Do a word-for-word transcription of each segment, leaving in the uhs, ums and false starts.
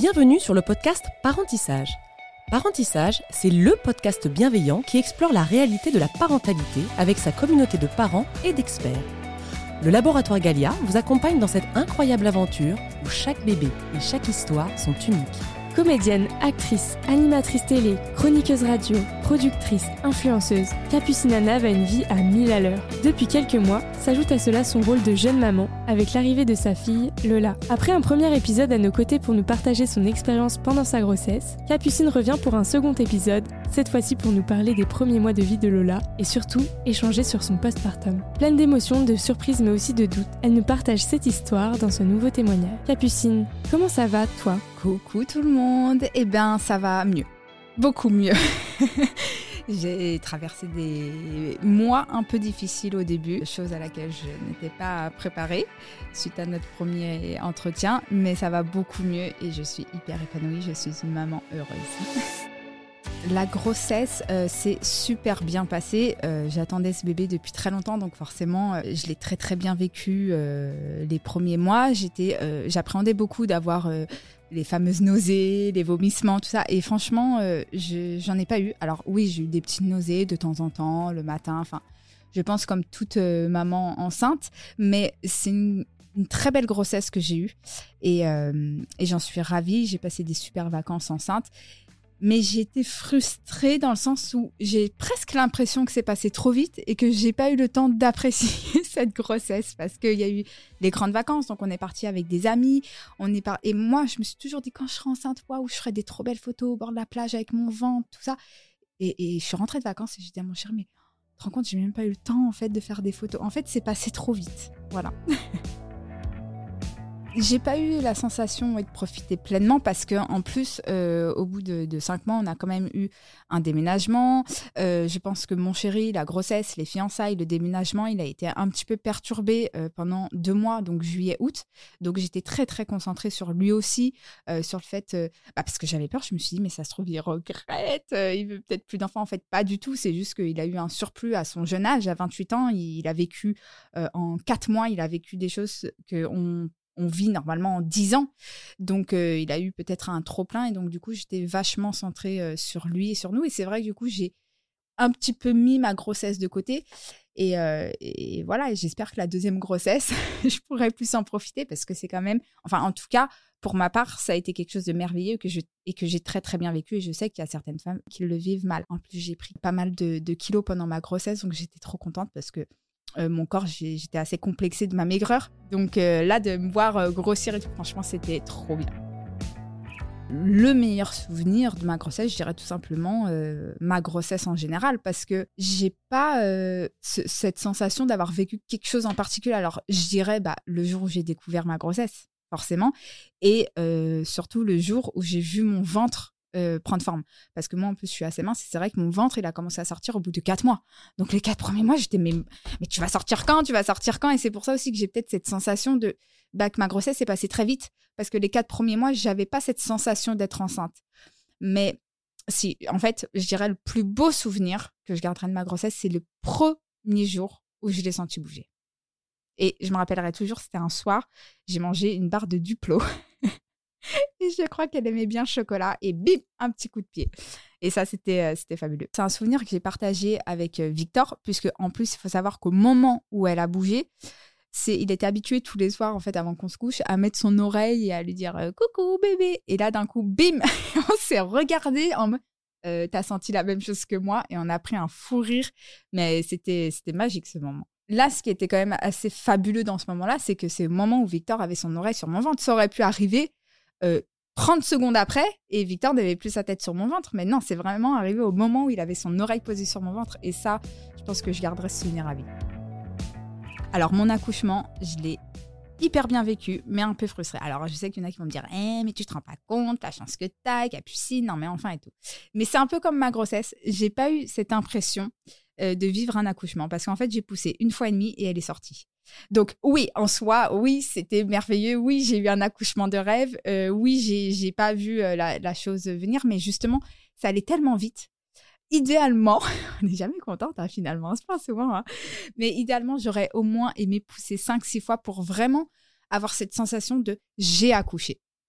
Bienvenue sur le podcast Parentissage. Parentissage, c'est le podcast bienveillant qui explore la réalité de la parentalité avec sa communauté de parents et d'experts. Le laboratoire Galia vous accompagne dans cette incroyable aventure où chaque bébé et chaque histoire sont uniques. Comédienne, actrice, animatrice télé, chroniqueuse radio, productrice, influenceuse, Capucine Anav a une vie à mille à l'heure. Depuis quelques mois, s'ajoute à cela son rôle de jeune maman avec l'arrivée de sa fille, Lola. Après un premier épisode à nos côtés pour nous partager son expérience pendant sa grossesse, Capucine revient pour un second épisode, cette fois-ci pour nous parler des premiers mois de vie de Lola et surtout échanger sur son postpartum. Pleine d'émotions, de surprises mais aussi de doutes, elle nous partage cette histoire dans ce nouveau témoignage. Capucine, comment ça va toi ? Coucou tout le monde, eh bien ça va mieux, beaucoup mieux. J'ai traversé des mois un peu difficiles au début, chose à laquelle je n'étais pas préparée suite à notre premier entretien, mais ça va beaucoup mieux et je suis hyper épanouie, je suis une maman heureuse. La grossesse euh, s'est super bien passée. Euh, j'attendais ce bébé depuis très longtemps, donc forcément, euh, je l'ai très très bien vécu euh, les premiers mois. J'étais, euh, j'appréhendais beaucoup d'avoir euh, les fameuses nausées, les vomissements, tout ça. Et franchement, euh, je, j'en ai pas eu. Alors oui, j'ai eu des petites nausées de temps en temps, le matin. Enfin, je pense comme toute euh, maman enceinte, mais c'est une une très belle grossesse que j'ai eue et, euh, et j'en suis ravie. J'ai passé des super vacances enceintes. Mais j'ai été frustrée dans le sens où j'ai presque l'impression que c'est passé trop vite et que j'ai pas eu le temps d'apprécier cette grossesse parce qu'il y a eu les grandes vacances, donc on est parti avec des amis, on est par... et moi je me suis toujours dit quand je serai enceinte, waouh, je ferai des trop belles photos au bord de la plage avec mon ventre, tout ça. Et, et je suis rentrée de vacances et j'ai dit à mon chéri, mais tu te rends compte, j'ai même pas eu le temps en fait de faire des photos. En fait, c'est passé trop vite, voilà. J'ai pas eu la sensation ouais, de profiter pleinement parce que en plus, euh, au bout de, de cinq mois, on a quand même eu un déménagement. Euh, je pense que mon chéri, la grossesse, les fiançailles, le déménagement, il a été un petit peu perturbé euh, pendant deux mois, donc juillet-août. Donc j'étais très très concentrée sur lui aussi, euh, sur le fait, euh, bah, parce que j'avais peur. Je me suis dit mais ça se trouve il regrette, euh, il veut peut-être plus d'enfants. En fait, pas du tout. C'est juste qu'il a eu un surplus à son jeune âge, à vingt-huit ans. Il, il a vécu euh, en quatre mois, il a vécu des choses que on on vit normalement en dix ans. Donc, euh, il a eu peut-être un trop-plein. Et donc, du coup, j'étais vachement centrée euh, sur lui et sur nous. Et c'est vrai que, du coup, j'ai un petit peu mis ma grossesse de côté. Et, euh, et voilà, et j'espère que la deuxième grossesse, je pourrai plus en profiter parce que c'est quand même... Enfin, en tout cas, pour ma part, ça a été quelque chose de merveilleux que je, et que j'ai très, très bien vécu. Et je sais qu'il y a certaines femmes qui le vivent mal. En plus, j'ai pris pas mal de, de kilos pendant ma grossesse. Donc, j'étais trop contente parce que Euh, mon corps, j'ai, j'étais assez complexée de ma maigreur. Donc euh, là, de me voir euh, grossir et tout, franchement, c'était trop bien. Le meilleur souvenir de ma grossesse, je dirais tout simplement euh, ma grossesse en général, parce que j'ai pas euh, ce, cette sensation d'avoir vécu quelque chose en particulier. Alors, je dirais bah, le jour où j'ai découvert ma grossesse, forcément, et euh, surtout le jour où j'ai vu mon ventre Euh, prendre forme. Parce que moi, en plus, je suis assez mince et c'est vrai que mon ventre, il a commencé à sortir au bout de quatre mois. Donc, les quatre premiers mois, j'étais, mais, mais tu vas sortir quand ? Tu vas sortir quand ? Et c'est pour ça aussi que j'ai peut-être cette sensation de, bah, que ma grossesse est passée très vite. Parce que les quatre premiers mois, j'avais pas cette sensation d'être enceinte. Mais si, en fait, je dirais le plus beau souvenir que je garderai de ma grossesse, c'est le premier jour où je l'ai senti bouger. Et je me rappellerai toujours, c'était un soir, j'ai mangé une barre de Duplo. Et je crois qu'elle aimait bien le chocolat. Et bim, un petit coup de pied. Et ça, c'était, euh, c'était fabuleux. C'est un souvenir que j'ai partagé avec euh, Victor, puisque en plus, il faut savoir qu'au moment où elle a bougé, c'est, il était habitué tous les soirs, en fait, avant qu'on se couche, à mettre son oreille et à lui dire euh, « Coucou, bébé !» Et là, d'un coup, bim, on s'est regardé en mode euh, « T'as senti la même chose que moi ?» Et on a pris un fou rire. Mais c'était, c'était magique, ce moment. Là, ce qui était quand même assez fabuleux dans ce moment-là, c'est que c'est le moment où Victor avait son oreille sur mon ventre. Ça aurait pu arriver Euh, trente secondes après, et Victor n'avait plus sa tête sur mon ventre. Mais non, c'est vraiment arrivé au moment où il avait son oreille posée sur mon ventre. Et ça, je pense que je garderai ce souvenir à vie. Alors, mon accouchement, je l'ai hyper bien vécu, mais un peu frustrée. Alors, je sais qu'il y en a qui vont me dire eh, « mais tu te rends pas compte, la chance que t'as, Capucine, non mais enfin et tout. » Mais c'est un peu comme ma grossesse. J'ai pas eu cette impression euh, de vivre un accouchement parce qu'en fait, j'ai poussé une fois et demie et elle est sortie. Donc oui, en soi, oui, c'était merveilleux. Oui, j'ai eu un accouchement de rêve. Euh, oui, j'ai, j'ai pas vu euh, la, la chose venir, mais justement, ça allait tellement vite. Idéalement, on n'est jamais contente hein, finalement, c'est pas souvent, hein, mais idéalement, j'aurais au moins aimé pousser cinq six fois pour vraiment avoir cette sensation de j'ai accouché.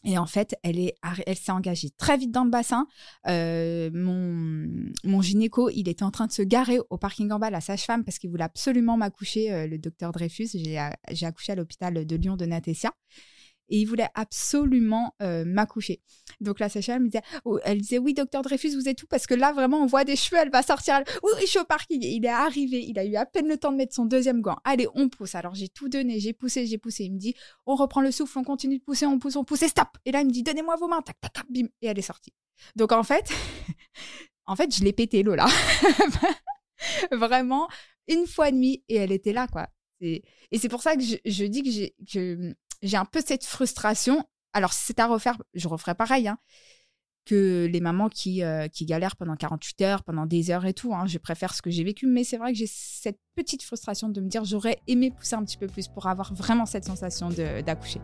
Et en fait, elle, est, elle s'est engagée très vite dans le bassin. Euh, mon, mon gynéco, il était en train de se garer au parking en bas, la sage-femme, parce qu'il voulait absolument m'accoucher, euh, le docteur Dreyfus. J'ai, j'ai accouché à l'hôpital de Lyon de Natessia. Et il voulait absolument euh, m'accoucher. Donc la sage-femme me disait, oh, elle disait, oui, docteur Dreyfus, vous êtes où? Parce que là, vraiment, on voit des cheveux, elle va sortir. Oui, oui, je suis au parking. Et il est arrivé, il a eu à peine le temps de mettre son deuxième gant. Allez, on pousse. Alors j'ai tout donné, j'ai poussé, j'ai poussé. Il me dit, on reprend le souffle, on continue de pousser, on pousse, on pousse, et stop. Et là, il me dit, donnez-moi vos mains, tac, tac, tac, bim. Et elle est sortie. Donc en fait, en fait, je l'ai pété, Lola. Vraiment, une fois et demie, et elle était là, quoi. Et, et c'est pour ça que je, je dis que j'ai, que j'ai un peu cette frustration. Alors, si c'était à refaire, je referais pareil, hein, que les mamans qui, euh, qui galèrent pendant quarante-huit heures, pendant des heures et tout. Hein, je préfère ce que j'ai vécu, mais c'est vrai que j'ai cette petite frustration de me dire j'aurais aimé pousser un petit peu plus pour avoir vraiment cette sensation de, d'accoucher.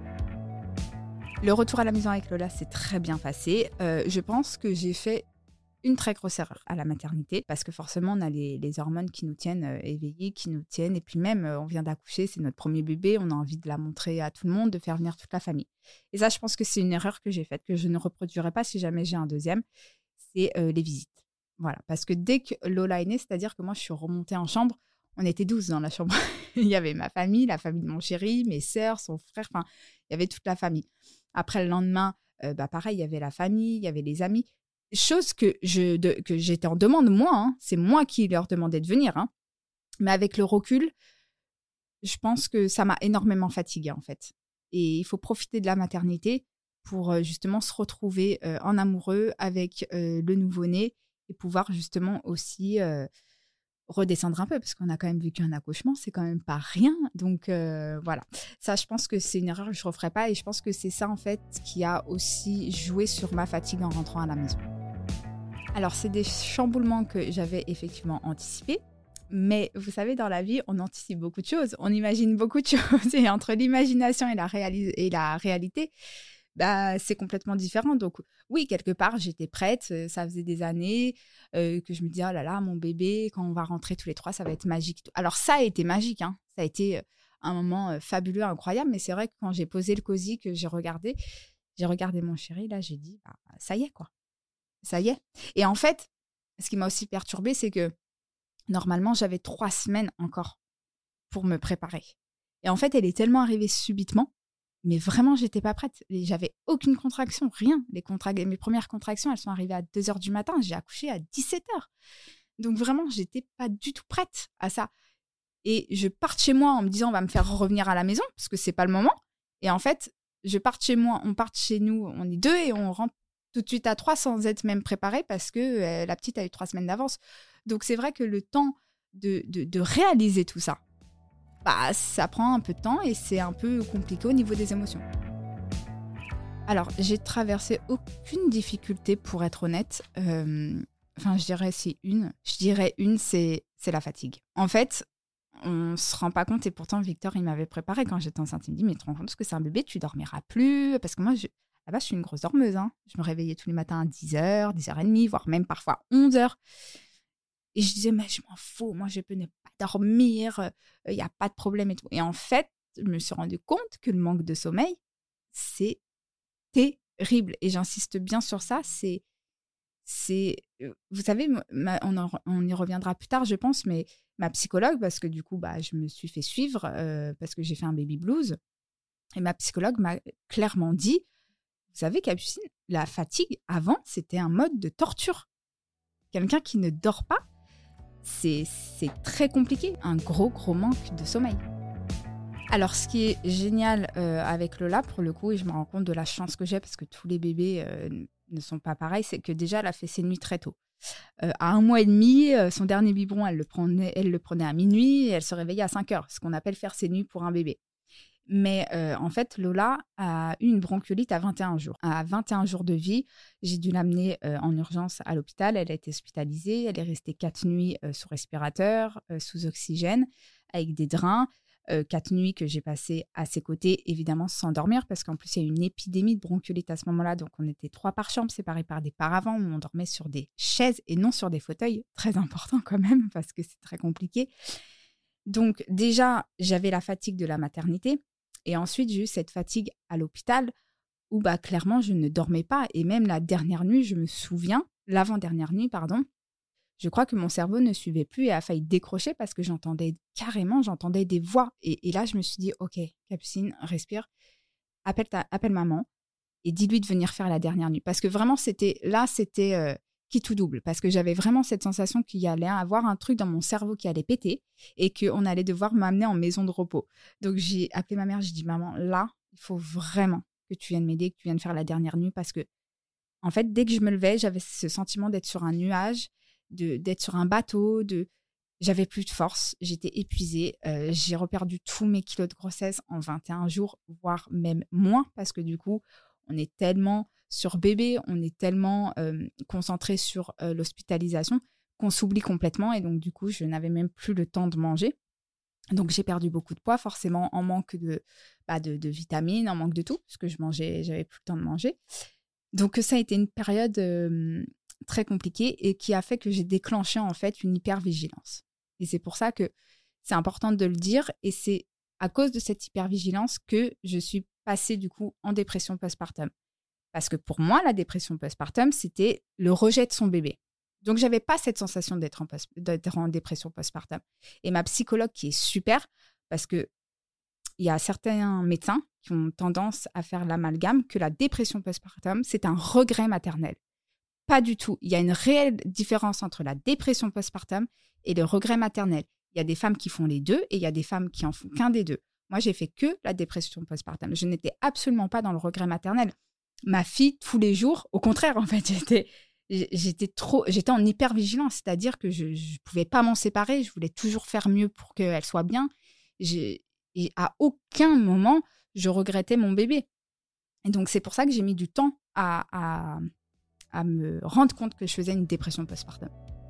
Le retour à la maison avec Lola s'est très bien passé. Euh, je pense que j'ai fait une très grosse erreur à la maternité, parce que forcément, on a les, les hormones qui nous tiennent euh, éveillés, qui nous tiennent, et puis même, euh, on vient d'accoucher, c'est notre premier bébé, on a envie de la montrer à tout le monde, de faire venir toute la famille. Et ça, je pense que c'est une erreur que j'ai faite, que je ne reproduirai pas si jamais j'ai un deuxième, c'est euh, les visites. Voilà, parce que dès que Lola est née, c'est-à-dire que moi, je suis remontée en chambre, on était douze dans la chambre. Il y avait ma famille, la famille de mon chéri, mes sœurs, son frère, enfin, il y avait toute la famille. Après, le lendemain, euh, bah, pareil, il y avait la famille, il y avait les amis. Chose que, je, de, que j'étais en demande, moi, hein. C'est moi qui leur demandais de venir. Hein. Mais avec le recul, je pense que ça m'a énormément fatiguée, en fait. Et il faut profiter de la maternité pour euh, justement se retrouver euh, en amoureux avec euh, le nouveau-né et pouvoir justement aussi euh, redescendre un peu, parce qu'on a quand même vécu un accouchement, c'est quand même pas rien. Donc euh, voilà, ça, je pense que c'est une erreur que je ne referai pas, et je pense que c'est ça, en fait, qui a aussi joué sur ma fatigue en rentrant à la maison. Alors, c'est des chamboulements que j'avais effectivement anticipés, mais vous savez, dans la vie, on anticipe beaucoup de choses, on imagine beaucoup de choses, et entre l'imagination et la, réalis- et la réalité, bah, c'est complètement différent. Donc oui, quelque part, j'étais prête, ça faisait des années euh, que je me disais, oh là là, mon bébé, quand on va rentrer tous les trois, ça va être magique. Alors ça a été magique, hein. Ça a été un moment fabuleux, incroyable, mais c'est vrai que quand j'ai posé le cosy, que j'ai regardé, j'ai regardé mon chéri, là, j'ai dit, bah, ça y est, quoi. Ça y est. Et en fait, ce qui m'a aussi perturbée, c'est que normalement, j'avais trois semaines encore pour me préparer. Et en fait, elle est tellement arrivée subitement, mais vraiment, j'étais pas prête. J'avais aucune contraction, rien. Les contra- mes premières contractions, elles sont arrivées à deux heures du matin. J'ai accouché à dix-sept heures. Donc vraiment, j'étais pas du tout prête à ça. Et je pars chez moi en me disant, on va me faire revenir à la maison, parce que c'est pas le moment. Et en fait, je pars chez moi, on part chez nous, on est deux, et on rentre tout de suite à trois sans être même préparé, parce que euh, la petite a eu trois semaines d'avance. Donc c'est vrai que le temps de, de, de réaliser tout ça, bah, ça prend un peu de temps, et c'est un peu compliqué au niveau des émotions. Alors, j'ai traversé aucune difficulté, pour être honnête. Euh, enfin, je dirais c'est une. Je dirais une, c'est, c'est la fatigue. En fait, on se rend pas compte, et pourtant, Victor, il m'avait préparé quand j'étais enceinte. Il me dit, mais tu te rends compte que c'est un bébé, tu dormiras plus. Parce que moi, je, là-bas, je suis une grosse dormeuse. Hein. Je me réveillais tous les matins à dix heures, dix heures trente, voire même parfois onze heures. Et je disais, mais je m'en fous, moi, je peux ne pas dormir, il n'y a pas de problème et tout. Et en fait, je me suis rendu compte que le manque de sommeil, c'est terrible. Et j'insiste bien sur ça, c'est... c'est vous savez, ma, on, en, on y reviendra plus tard, je pense, mais ma psychologue, parce que du coup, bah, je me suis fait suivre, euh, parce que j'ai fait un baby blues, et ma psychologue m'a clairement dit, vous savez, Capucine, la fatigue, avant, c'était un mode de torture. Quelqu'un qui ne dort pas, C'est, c'est très compliqué, un gros, gros manque de sommeil. Alors, ce qui est génial euh, avec Lola, pour le coup, et je me rends compte de la chance que j'ai, parce que tous les bébés euh, ne sont pas pareils, c'est que déjà, elle a fait ses nuits très tôt. Euh, à un mois et demi, euh, son dernier biberon, elle le, prenait, elle le prenait à minuit, et elle se réveillait à cinq heures, ce qu'on appelle faire ses nuits pour un bébé. Mais euh, en fait, Lola a eu une bronchiolite à vingt et un jours. À vingt et un jours de vie, j'ai dû l'amener euh, en urgence à l'hôpital. Elle a été hospitalisée. Elle est restée quatre nuits euh, sous respirateur, euh, sous oxygène, avec des drains. Euh, quatre nuits que j'ai passées à ses côtés, évidemment sans dormir, parce qu'en plus, il y a eu une épidémie de bronchiolite à ce moment-là. Donc, on était trois par chambre, séparés par des paravents, où on dormait sur des chaises et non sur des fauteuils. Très important quand même, parce que c'est très compliqué. Donc, déjà, j'avais la fatigue de la maternité. Et ensuite, j'ai eu cette fatigue à l'hôpital où bah, clairement, je ne dormais pas. Et même la dernière nuit, je me souviens, l'avant-dernière nuit, pardon, je crois que mon cerveau ne suivait plus et a failli décrocher parce que j'entendais carrément, j'entendais des voix. Et, et là, je me suis dit, OK, Capucine, respire, appelle, ta, appelle maman et dis-lui de venir faire la dernière nuit. Parce que vraiment, c'était là, c'était euh, qui tout double. Parce que j'avais vraiment cette sensation qu'il y allait avoir un truc dans mon cerveau qui allait péter et qu'on allait devoir m'amener en maison de repos. Donc, j'ai appelé ma mère, j'ai dit, maman, là, il faut vraiment que tu viennes m'aider, que tu viennes faire la dernière nuit. Parce que, en fait, dès que je me levais, j'avais ce sentiment d'être sur un nuage, de, d'être sur un bateau, de... J'avais plus de force, j'étais épuisée, euh, j'ai reperdu tous mes kilos de grossesse en vingt et un jours, voire même moins, parce que du coup, on est tellement sur bébé, on est tellement euh, concentré sur euh, l'hospitalisation qu'on s'oublie complètement. Et donc, du coup, je n'avais même plus le temps de manger. Donc, j'ai perdu beaucoup de poids, forcément en manque de, bah, de, de vitamines, en manque de tout, parce que je mangeais, j'avais plus le temps de manger. Donc, ça a été une période euh, très compliquée et qui a fait que j'ai déclenché en fait une hypervigilance. Et c'est pour ça que c'est important de le dire. Et c'est à cause de cette hypervigilance que je suis passée du coup en dépression postpartum. Parce que pour moi, la dépression postpartum, c'était le rejet de son bébé. Donc, je n'avais pas cette sensation d'être en, post- d'être en dépression postpartum. Et ma psychologue, qui est super, parce qu'il y a certains médecins qui ont tendance à faire l'amalgame que la dépression postpartum, c'est un regret maternel. Pas du tout. Il y a une réelle différence entre la dépression postpartum et le regret maternel. Il y a des femmes qui font les deux et il y a des femmes qui en font qu'un des deux. Moi, j'ai fait que la dépression postpartum. Je n'étais absolument pas dans le regret maternel. Ma fille, tous les jours, au contraire, en fait, j'étais, j'étais, trop, j'étais en hypervigilance, c'est-à-dire que je ne pouvais pas m'en séparer. Je voulais toujours faire mieux pour qu'elle soit bien. J'ai, et à aucun moment, je regrettais mon bébé. Et donc, c'est pour ça que j'ai mis du temps à... à à me rendre compte que je faisais une dépression postpartum.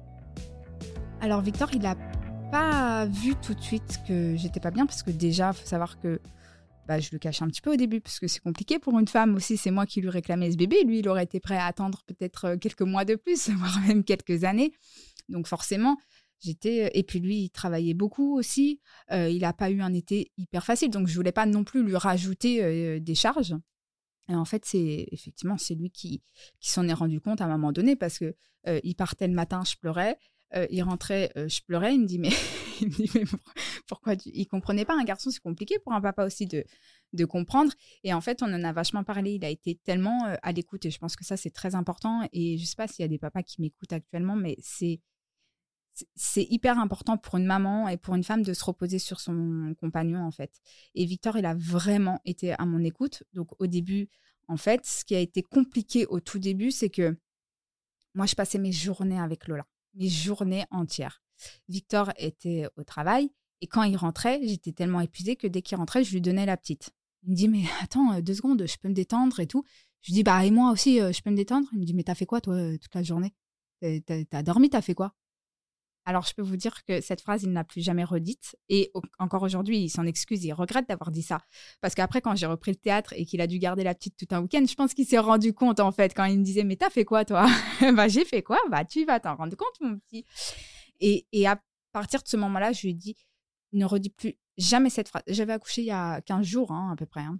Alors Victor, il n'a pas vu tout de suite que j'étais pas bien parce que déjà, il faut savoir que bah, je le cachais un petit peu au début parce que c'est compliqué pour une femme aussi. C'est moi qui lui réclamais ce bébé. Lui, il aurait été prêt à attendre peut-être quelques mois de plus, voire même quelques années. Donc forcément, j'étais... Et puis lui, il travaillait beaucoup aussi. Euh, il n'a pas eu un été hyper facile. Donc je ne voulais pas non plus lui rajouter euh, des charges. Et en fait, c'est effectivement, c'est lui qui, qui s'en est rendu compte à un moment donné parce que euh, il partait le matin, je pleurais. Euh, il rentrait, euh, je pleurais. Il me dit, mais, il me dit, mais pourquoi tu... Il ne comprenait pas. Un garçon, c'est compliqué pour un papa aussi de, de comprendre. Et en fait, on en a vachement parlé. Il a été tellement euh, à l'écoute. Et je pense que ça, c'est très important. Et je ne sais pas s'il y a des papas qui m'écoutent actuellement, mais c'est, c'est, c'est hyper important pour une maman et pour une femme de se reposer sur son compagnon, en fait. Et Victor, il a vraiment été à mon écoute. Donc, au début, en fait, ce qui a été compliqué au tout début, c'est que moi, je passais mes journées avec Lola, mes journées entières. Victor était au travail et quand il rentrait, j'étais tellement épuisée que dès qu'il rentrait, je lui donnais la petite. Il me dit, mais attends, deux secondes, je peux me détendre et tout. Je lui dis, bah, et moi aussi, je peux me détendre. Il me dit, mais t'as fait quoi, toi, toute la journée ? T'as, t'as dormi, t'as fait quoi ? Alors, je peux vous dire que cette phrase, il ne l'a plus jamais redite. Et au- encore aujourd'hui, il s'en excuse, il regrette d'avoir dit ça. Parce qu'après, quand j'ai repris le théâtre et qu'il a dû garder la petite tout un week-end, je pense qu'il s'est rendu compte, en fait, quand il me disait « Mais t'as fait quoi, toi ?» Bah, j'ai fait quoi ? Bah, tu vas t'en rendre compte, mon petit. Et, et à partir de ce moment-là, je lui ai dit « Ne redis plus jamais cette phrase. » J'avais accouché il y a quinze jours, hein, à peu près. Hein.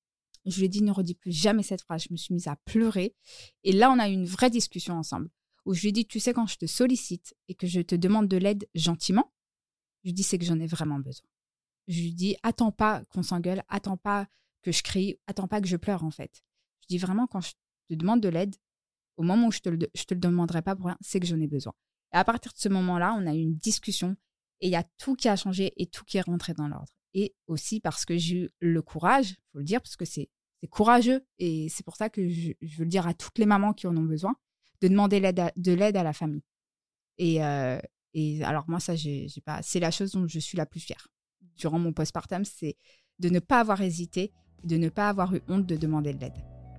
Je lui ai dit « Ne redis plus jamais cette phrase. » Je me suis mise à pleurer. Et là, on a eu une vraie discussion ensemble. Où je lui ai dit, tu sais, quand je te sollicite et que je te demande de l'aide gentiment, je lui dis, c'est que j'en ai vraiment besoin. Je lui dis, attends pas qu'on s'engueule, attends pas que je crie, attends pas que je pleure, en fait. Je dis vraiment, quand je te demande de l'aide, au moment où je te le, je te le demanderai pas pour rien, c'est que j'en ai besoin. Et à partir de ce moment-là, on a eu une discussion et il y a tout qui a changé et tout qui est rentré dans l'ordre. Et aussi parce que j'ai eu le courage, il faut le dire, parce que c'est, c'est courageux et c'est pour ça que je, je veux le dire à toutes les mamans qui en ont besoin, de demander l'aide à, de l'aide à la famille. Et, euh, et alors moi, ça, j'ai, j'ai pas, c'est la chose dont je suis la plus fière. Durant mon postpartum, c'est de ne pas avoir hésité, de ne pas avoir eu honte de demander de l'aide.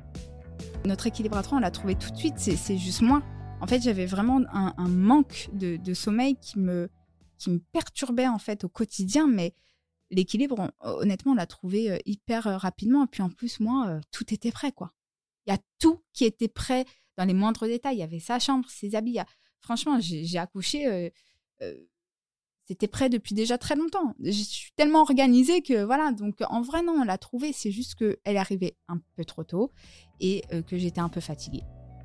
Notre équilibre à trois, on l'a trouvé tout de suite, c'est, c'est juste moi. En fait, j'avais vraiment un, un manque de, de sommeil qui me, qui me perturbait en fait au quotidien, mais l'équilibre, on, honnêtement, on l'a trouvé hyper rapidement. Et puis en plus, moi, tout était prêt, quoi. Il y a tout qui était prêt dans les moindres détails. Il y avait sa chambre, ses habits. A... Franchement, j'ai, j'ai accouché. Euh, euh, c'était prêt depuis déjà très longtemps. Je suis tellement organisée que voilà. Donc en vrai non, on l'a trouvé. C'est juste que elle est arrivée un peu trop tôt et euh, que j'étais un peu fatiguée.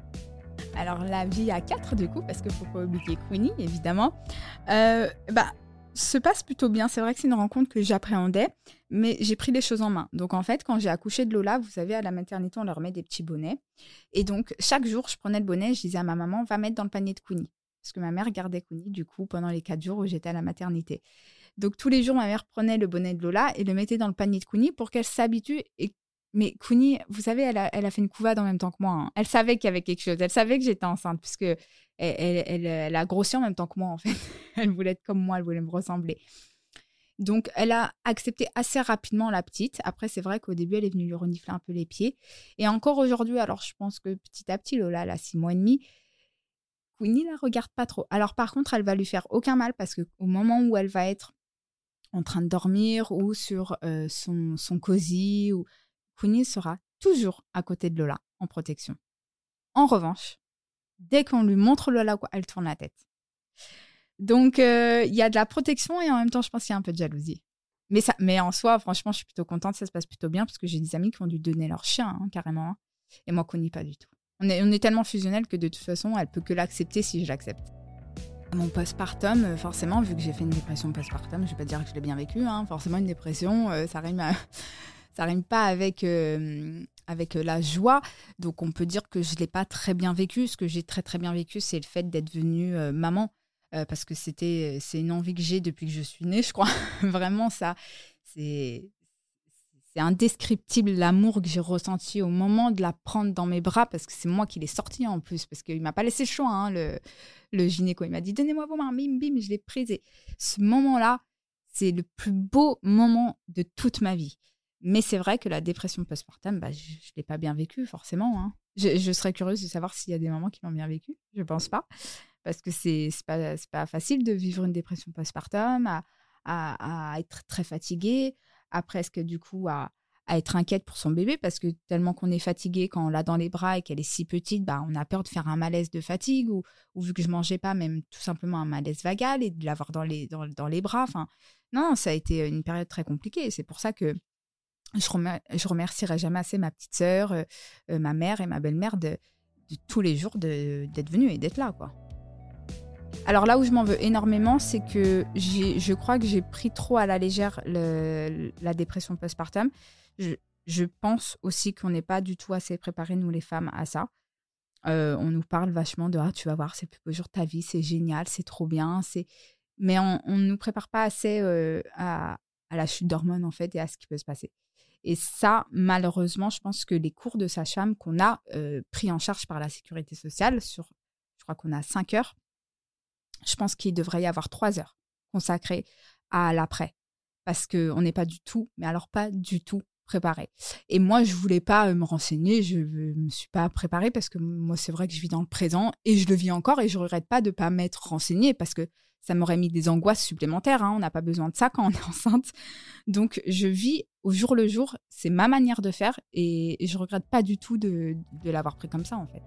Alors la vie à quatre du coup, parce qu'il faut pas oublier Queenie évidemment. Euh, bah se passe plutôt bien. C'est vrai que c'est une rencontre que j'appréhendais, mais j'ai pris les choses en main. Donc en fait, quand j'ai accouché de Lola, vous savez, à la maternité, on leur met des petits bonnets. Et donc chaque jour, je prenais le bonnet, je disais à ma maman, va mettre dans le panier de Queenie. Parce que ma mère gardait Queenie, du coup, pendant les quatre jours où j'étais à la maternité. Donc, tous les jours, ma mère prenait le bonnet de Lola et le mettait dans le panier de Queenie pour qu'elle s'habitue. Et... Mais Queenie, vous savez, elle a, elle a fait une couvade en même temps que moi. Hein. Elle savait qu'il y avait quelque chose. Elle savait que j'étais enceinte, puisque elle, elle, elle, elle a grossi en même temps que moi, en fait. Elle voulait être comme moi, elle voulait me ressembler. Donc, elle a accepté assez rapidement la petite. Après, c'est vrai qu'au début, elle est venue lui renifler un peu les pieds. Et encore aujourd'hui, alors je pense que petit à petit, Lola, elle a six mois et demi, Queenie la regarde pas trop. Alors par contre, elle va lui faire aucun mal parce qu'au moment où elle va être en train de dormir ou sur euh, son, son cosy, ou... Queenie sera toujours à côté de Lola en protection. En revanche, dès qu'on lui montre Lola, elle tourne la tête. Donc il euh, y a de la protection et en même temps, je pense qu'il y a un peu de jalousie. Mais, ça, mais en soi, franchement, je suis plutôt contente, ça se passe plutôt bien parce que j'ai des amis qui ont dû donner leur chien, hein, carrément. Hein. Et moi, Queenie, pas du tout. On est, on est tellement fusionnels que de toute façon, elle peut que l'accepter si je l'accepte. Mon postpartum, forcément, vu que j'ai fait une dépression postpartum, je vais pas dire que je l'ai bien vécu, hein, forcément une dépression, euh, ça rime, à... ça rime pas avec, euh, avec la joie. Donc on peut dire que je l'ai pas très bien vécu. Ce que j'ai très très bien vécu, c'est le fait d'être devenue euh, maman, euh, parce que c'était, c'est une envie que j'ai depuis que je suis née, je crois. Vraiment, ça, c'est... C'est indescriptible l'amour que j'ai ressenti au moment de la prendre dans mes bras, parce que c'est moi qui l'ai sortie en plus, parce qu'il ne m'a pas laissé le choix, hein, le, le gynéco. Il m'a dit « Donnez-moi vos mains, bim, bim », je l'ai prise. Et ce moment-là, c'est le plus beau moment de toute ma vie. Mais c'est vrai que la dépression postpartum, bah, je ne l'ai pas bien vécue, forcément. Hein. Je, je serais curieuse de savoir s'il y a des mamans qui l'ont bien vécu. Je ne pense pas, parce que ce n'est pas, c'est pas facile de vivre une dépression postpartum, à, à, à être très fatiguée, à presque du coup à, à être inquiète pour son bébé, parce que tellement qu'on est fatigué quand on l'a dans les bras et qu'elle est si petite, bah, on a peur de faire un malaise de fatigue, ou, ou vu que je mangeais pas, même tout simplement un malaise vagal et de l'avoir dans les, dans, dans les bras. Enfin, non, ça a été une période très compliquée. C'est pour ça que je, remer, je remercierai jamais assez ma petite sœur, euh, euh, ma mère et ma belle-mère de, de tous les jours de, d'être venues et d'être là, quoi. Alors là où je m'en veux énormément, c'est que j'ai, je crois que j'ai pris trop à la légère le, la dépression postpartum. Je, je pense aussi qu'on n'est pas du tout assez préparés, nous les femmes, à ça. Euh, on nous parle vachement de « Ah, tu vas voir, c'est le plus beau jour de ta vie, c'est génial, c'est trop bien. » c'est... Mais on ne nous prépare pas assez euh, à, à la chute d'hormones, en fait, et à ce qui peut se passer. Et ça, malheureusement, je pense que les cours de sage-femme qu'on a euh, pris en charge par la sécurité sociale, sur, je crois qu'on a cinq heures, je pense qu'il devrait y avoir trois heures consacrées à l'après. Parce qu'on n'est pas du tout, mais alors pas du tout préparé. Et moi, je ne voulais pas me renseigner, je ne me suis pas préparée parce que moi, c'est vrai que je vis dans le présent et je le vis encore et je ne regrette pas de ne pas m'être renseignée parce que ça m'aurait mis des angoisses supplémentaires. Hein. On n'a pas besoin de ça quand on est enceinte. Donc, je vis au jour le jour. C'est ma manière de faire et je ne regrette pas du tout de, de l'avoir pris comme ça, en fait.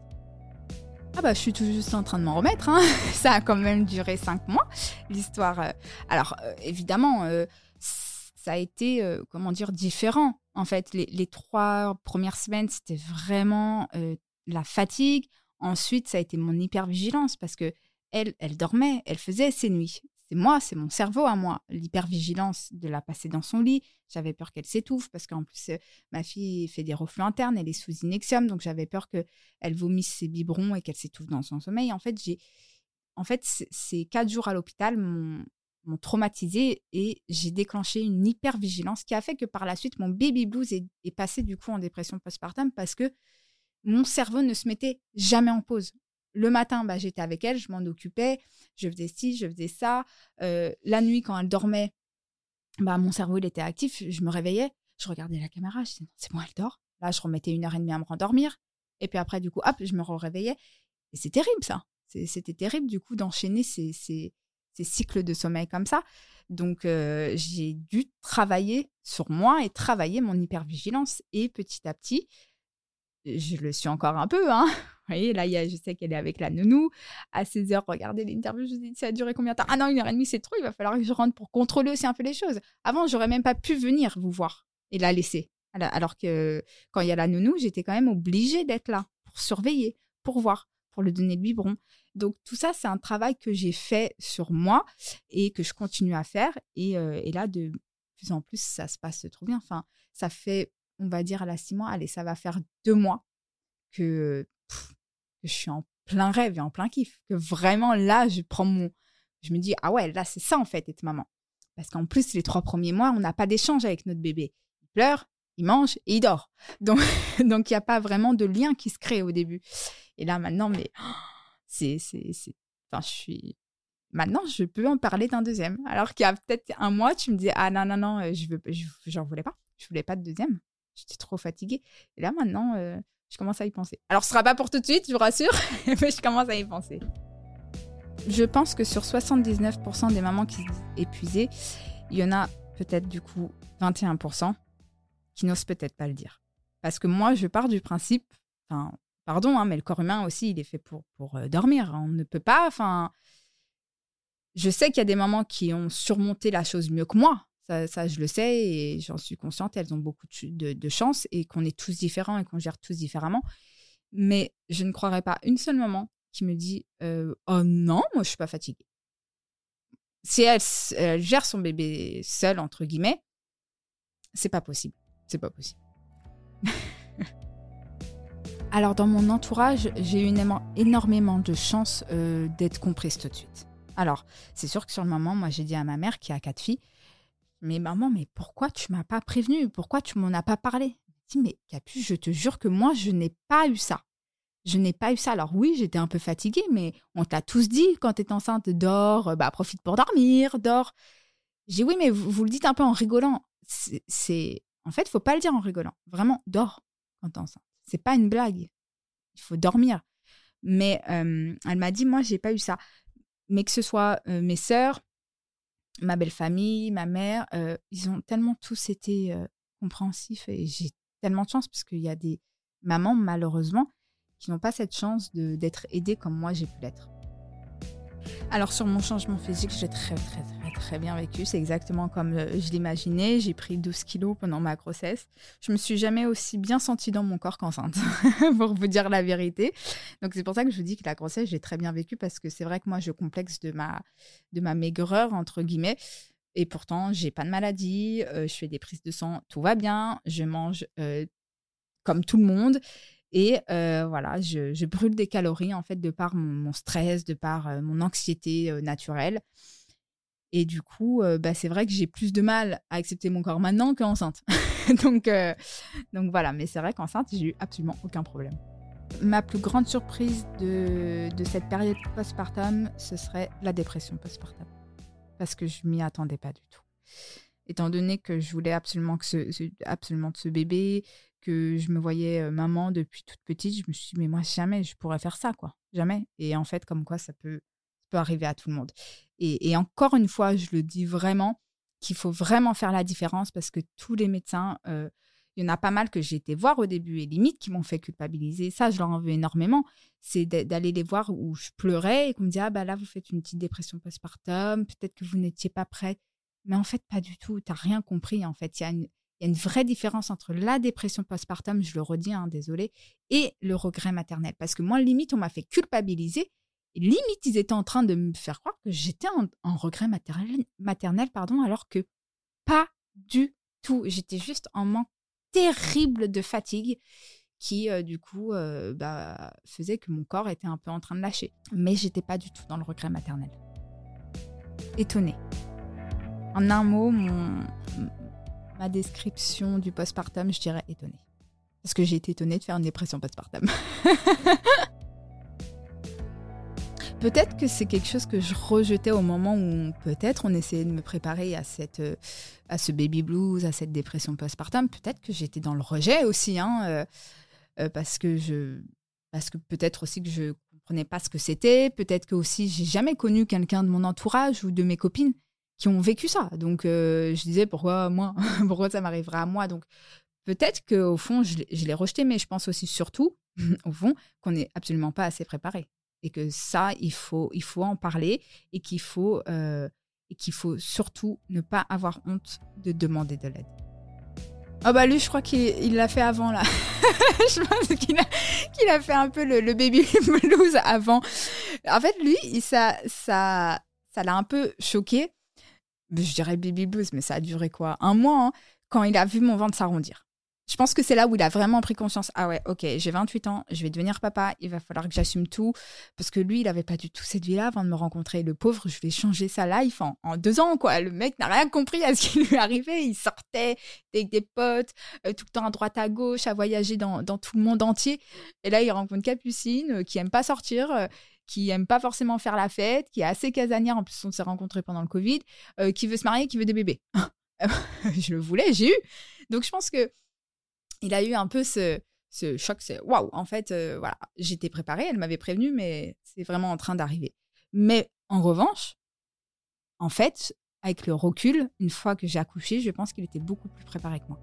Ah bah, je suis tout juste en train de m'en remettre. Hein. Ça a quand même duré cinq mois, l'histoire. Alors, euh, évidemment, euh, ça a été, euh, comment dire, différent. En fait, les, les trois premières semaines, c'était vraiment euh, la fatigue. Ensuite, ça a été mon hypervigilance parce que elle, elle dormait, elle faisait ses nuits. C'est moi, c'est mon cerveau à moi. L'hypervigilance de la passer dans son lit. J'avais peur qu'elle s'étouffe parce qu'en plus, euh, ma fille fait des reflux internes, elle est sous Inexium, donc j'avais peur qu'elle vomisse ses biberons et qu'elle s'étouffe dans son sommeil. En fait, j'ai, en fait, ces quatre jours à l'hôpital m'ont, m'ont traumatisée et j'ai déclenché une hypervigilance qui a fait que par la suite, mon baby blues est, est passé du coup en dépression postpartum parce que mon cerveau ne se mettait jamais en pause. Le matin, bah, j'étais avec elle, je m'en occupais, je faisais ci, je faisais ça. Euh, la nuit, quand elle dormait, bah, mon cerveau il était actif, je me réveillais, je regardais la caméra, je disais non, c'est bon, elle dort. Là, je remettais une heure et demie à me rendormir. Et puis après, du coup, hop, je me réveillais. Et c'est terrible, ça. C'est, c'était terrible, du coup, d'enchaîner ces, ces, ces cycles de sommeil comme ça. Donc, euh, j'ai dû travailler sur moi et travailler mon hypervigilance. Et petit à petit, je le suis encore un peu, hein. voyez, là, il y a, je sais qu'elle est avec la nounou. À seize heures, regardez l'interview, je vous dis, ça a duré combien de temps? Ah non, une heure et demie, c'est trop, il va falloir que je rentre pour contrôler aussi un peu les choses. Avant, j'aurais même pas pu venir vous voir et la laisser. Alors que quand il y a la nounou, j'étais quand même obligée d'être là pour surveiller, pour voir, pour lui donner le biberon. Donc, tout ça, c'est un travail que j'ai fait sur moi et que je continue à faire. Et, euh, et là, de plus en plus, ça se passe trop bien. Enfin, ça fait, on va dire, à la six mois, allez, ça va faire deux mois que, pff, que je suis en plein rêve et en plein kiff. Que vraiment, là, je prends mon... Je me dis, ah ouais, là, c'est ça, en fait, être maman. Parce qu'en plus, les trois premiers mois, on n'a pas d'échange avec notre bébé. Il pleure, il mange et il dort. Donc, donc il n'y a pas vraiment de lien qui se crée au début. Et là, maintenant, mais... C'est, c'est, c'est... Enfin, je suis... Maintenant, je peux en parler d'un deuxième. Alors qu'il y a peut-être un mois, tu me disais, ah non, non, non, je veux, je, j'en voulais pas. Je voulais pas de deuxième. J'étais trop fatiguée. Et là, maintenant, euh, je commence à y penser. Alors, ce sera pas pour tout de suite, je vous rassure, mais je commence à y penser. Je pense que sur soixante-dix-neuf pour cent des mamans qui se disent épuisées, il y en a peut-être du coup vingt et un pour cent qui n'osent peut-être pas le dire. Parce que moi, je pars du principe... Enfin, pardon, hein, mais le corps humain aussi, il est fait pour, pour euh, dormir. On ne peut pas... Enfin, je sais qu'il y a des mamans qui ont surmonté la chose mieux que moi. Ça, ça je le sais et j'en suis consciente. Elles ont beaucoup de, de, de chance et qu'on est tous différents et qu'on gère tous différemment. Mais je ne croirais pas une seule maman qui me dit euh, « Oh non, moi, je ne suis pas fatiguée. » Si elle, elle gère son bébé seule, entre guillemets, c'est pas possible. C'est pas possible. Alors, dans mon entourage, j'ai eu une, énormément de chance euh, d'être comprise tout de suite. Alors, c'est sûr que sur le moment, moi, j'ai dit à ma mère, qui a quatre filles, « Mais maman, mais pourquoi tu m'as pas prévenue? Pourquoi tu m'en as pas parlé ?» Je dis « Mais Capu, je te jure que moi, je n'ai pas eu ça. Je n'ai pas eu ça. Alors oui, j'étais un peu fatiguée, mais on t'a tous dit, quand t'es enceinte, dors, bah, profite pour dormir, dors. » J'ai dit « Oui, mais vous, vous le dites un peu en rigolant. C'est, c'est... En fait, il ne faut pas le dire en rigolant. Vraiment, dors quand t'es enceinte. C'est pas une blague. Il faut dormir. » Mais euh, elle m'a dit, moi, j'ai pas eu ça. Mais que ce soit euh, mes sœurs, ma belle famille, ma mère, euh, ils ont tellement tous été euh, compréhensifs et j'ai tellement de chance parce qu'il y a des mamans, malheureusement, qui n'ont pas cette chance de, d'être aidées comme moi, j'ai pu l'être. Alors, sur mon changement physique, j'ai très, très, très, très bien vécu. C'est exactement comme je l'imaginais. J'ai pris douze kilos pendant ma grossesse. Je me suis jamais aussi bien sentie dans mon corps qu'enceinte, pour vous dire la vérité. Donc, c'est pour ça que je vous dis que la grossesse, j'ai très bien vécu parce que c'est vrai que moi, je complexe de ma, de ma maigreur, entre guillemets. Et pourtant, j'ai pas de maladie. Euh, je fais des prises de sang. Tout va bien. Je mange euh, comme tout le monde. Et euh, voilà, je, je brûle des calories, en fait, de par mon, mon stress, de par euh, mon anxiété euh, naturelle. Et du coup, euh, bah, c'est vrai que j'ai plus de mal à accepter mon corps maintenant qu'enceinte. donc, euh, donc voilà, mais c'est vrai qu'enceinte, j'ai eu absolument aucun problème. Ma plus grande surprise de, de cette période postpartum, ce serait la dépression postpartum. Parce que je ne m'y attendais pas du tout. Étant donné que je voulais absolument, que ce, ce, absolument de ce bébé, que je me voyais euh, maman depuis toute petite, je me suis dit, mais moi, jamais je pourrais faire ça, quoi. Jamais. Et en fait, comme quoi, ça peut, ça peut arriver à tout le monde. Et, et encore une fois, je le dis vraiment, qu'il faut vraiment faire la différence parce que tous les médecins, euh, il y en a pas mal que j'ai été voir au début et limite qui m'ont fait culpabiliser. Ça, je leur en veux énormément. C'est d'aller les voir où je pleurais et qu'on me dit, ah bah là, vous faites une petite dépression postpartum, peut-être que vous n'étiez pas prête. Mais en fait, pas du tout. Tu n'as rien compris, en fait. Il y a une Il y a une vraie différence entre la dépression postpartum, je le redis, hein, désolé, et le regret maternel. Parce que moi, limite, on m'a fait culpabiliser. Et limite, ils étaient en train de me faire croire que j'étais en, en regret maternel, maternel, pardon, alors que pas du tout. J'étais juste en manque terrible de fatigue qui, euh, du coup, euh, bah, faisait que mon corps était un peu en train de lâcher. Mais je n'étais pas du tout dans le regret maternel. Étonnée. En un mot, mon... ma description du postpartum, je dirais étonnée. Parce que j'ai été étonnée de faire une dépression postpartum. Peut-être que c'est quelque chose que je rejetais au moment où peut-être on essayait de me préparer à, cette, à ce baby blues, à cette dépression postpartum. Peut-être que j'étais dans le rejet aussi, hein, euh, euh, parce que je, parce que peut-être aussi que je ne comprenais pas ce que c'était. Peut-être que aussi j'ai jamais connu quelqu'un de mon entourage ou de mes copines qui ont vécu ça. Donc, euh, je disais, pourquoi moi? Pourquoi ça m'arriverait à moi? Donc, peut-être qu'au fond, je l'ai, je l'ai rejeté, mais je pense aussi surtout, au fond, qu'on n'est absolument pas assez préparé. Et que ça, il faut, il faut en parler et qu'il faut, euh, et qu'il faut surtout ne pas avoir honte de demander de l'aide. Ah bah lui, je crois qu'il il l'a fait avant, là. Je pense qu'il a, qu'il a fait un peu le, le baby blues avant. En fait, lui, il, ça, ça, ça l'a un peu choqué. Je dirais baby blues, mais ça a duré quoi ? Un mois, hein, quand il a vu mon ventre s'arrondir. Je pense que c'est là où il a vraiment pris conscience. Ah ouais, ok, j'ai vingt-huit ans, je vais devenir papa, il va falloir que j'assume tout. Parce que lui, il n'avait pas du tout cette vie-là avant de me rencontrer. Le pauvre, je vais changer sa life en, en deux ans, quoi. Le mec n'a rien compris à ce qui lui arrivait. Il sortait avec des potes, euh, tout le temps à droite à gauche, à voyager dans, dans tout le monde entier. Et là, il rencontre Capucine, euh, qui n'aime pas sortir, euh, qui n'aime pas forcément faire la fête, qui est assez casanière. En plus, on s'est rencontrés pendant le Covid, euh, qui veut se marier, qui veut des bébés. Je le voulais, j'ai eu. Donc, je pense que il a eu un peu ce, ce choc, c'est waouh, en fait, euh, voilà, j'étais préparée, elle m'avait prévenue, mais c'est vraiment en train d'arriver. Mais en revanche, en fait, avec le recul, une fois que j'ai accouché, je pense qu'il était beaucoup plus préparé que moi.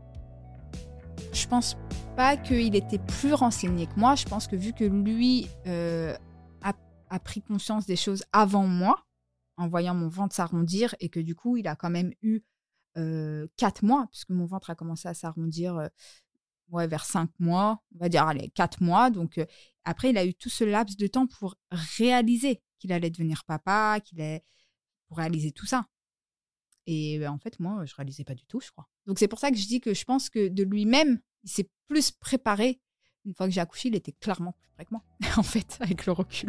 Je pense pas qu'il était plus renseigné que moi, je pense que vu que lui euh, a, a pris conscience des choses avant moi, en voyant mon ventre s'arrondir, et que du coup, il a quand même eu euh, quatre mois, puisque mon ventre a commencé à s'arrondir euh, ouais, vers cinq mois, on va dire, allez, quatre mois. Donc, euh, après, il a eu tout ce laps de temps pour réaliser qu'il allait devenir papa, qu'il allait, pour réaliser tout ça. Et ben, en fait, moi, je ne réalisais pas du tout, je crois. Donc, c'est pour ça que je dis que je pense que de lui-même, il s'est plus préparé. Une fois que j'ai accouché, il était clairement plus près que moi, en fait, avec le recul.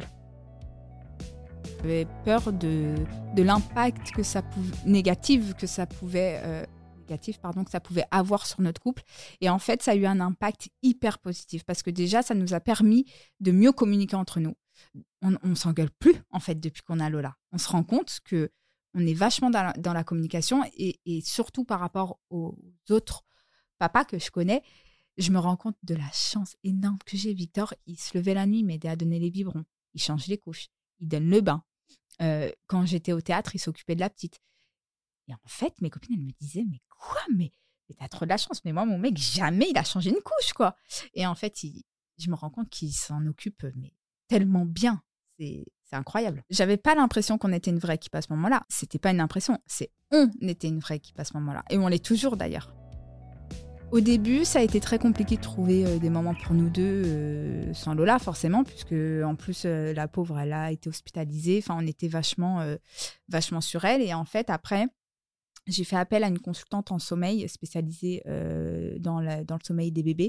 J'avais peur de, de l'impact que ça pouvait, négatif que ça pouvait... Euh, négatif, pardon, que ça pouvait avoir sur notre couple. Et en fait, ça a eu un impact hyper positif parce que déjà, ça nous a permis de mieux communiquer entre nous. On ne s'engueule plus, en fait, depuis qu'on a Lola. On se rend compte qu'on est vachement dans la, dans la communication et, et surtout par rapport aux autres papas que je connais, je me rends compte de la chance énorme que j'ai. Victor, il se levait la nuit, m'aidait à donner les biberons. Il change les couches. Il donne le bain. Euh, quand j'étais au théâtre, il s'occupait de la petite. Et en fait, mes copines, elles me disaient, mais quoi, mais, mais t'as trop de la chance. Mais moi, mon mec, jamais il a changé une couche, quoi. Et en fait, il, je me rends compte qu'il s'en occupe mais tellement bien. C'est, c'est incroyable. J'avais pas l'impression qu'on était une vraie équipe à ce moment-là. C'était pas une impression, c'est on était une vraie équipe à ce moment-là. Et on l'est toujours, d'ailleurs. Au début, ça a été très compliqué de trouver euh, des moments pour nous deux euh, sans Lola, forcément, puisque en plus, euh, la pauvre, elle a été hospitalisée. Enfin, on était vachement, euh, vachement sur elle. Et en fait, après, j'ai fait appel à une consultante en sommeil spécialisée euh, dans, la, dans le sommeil des bébés.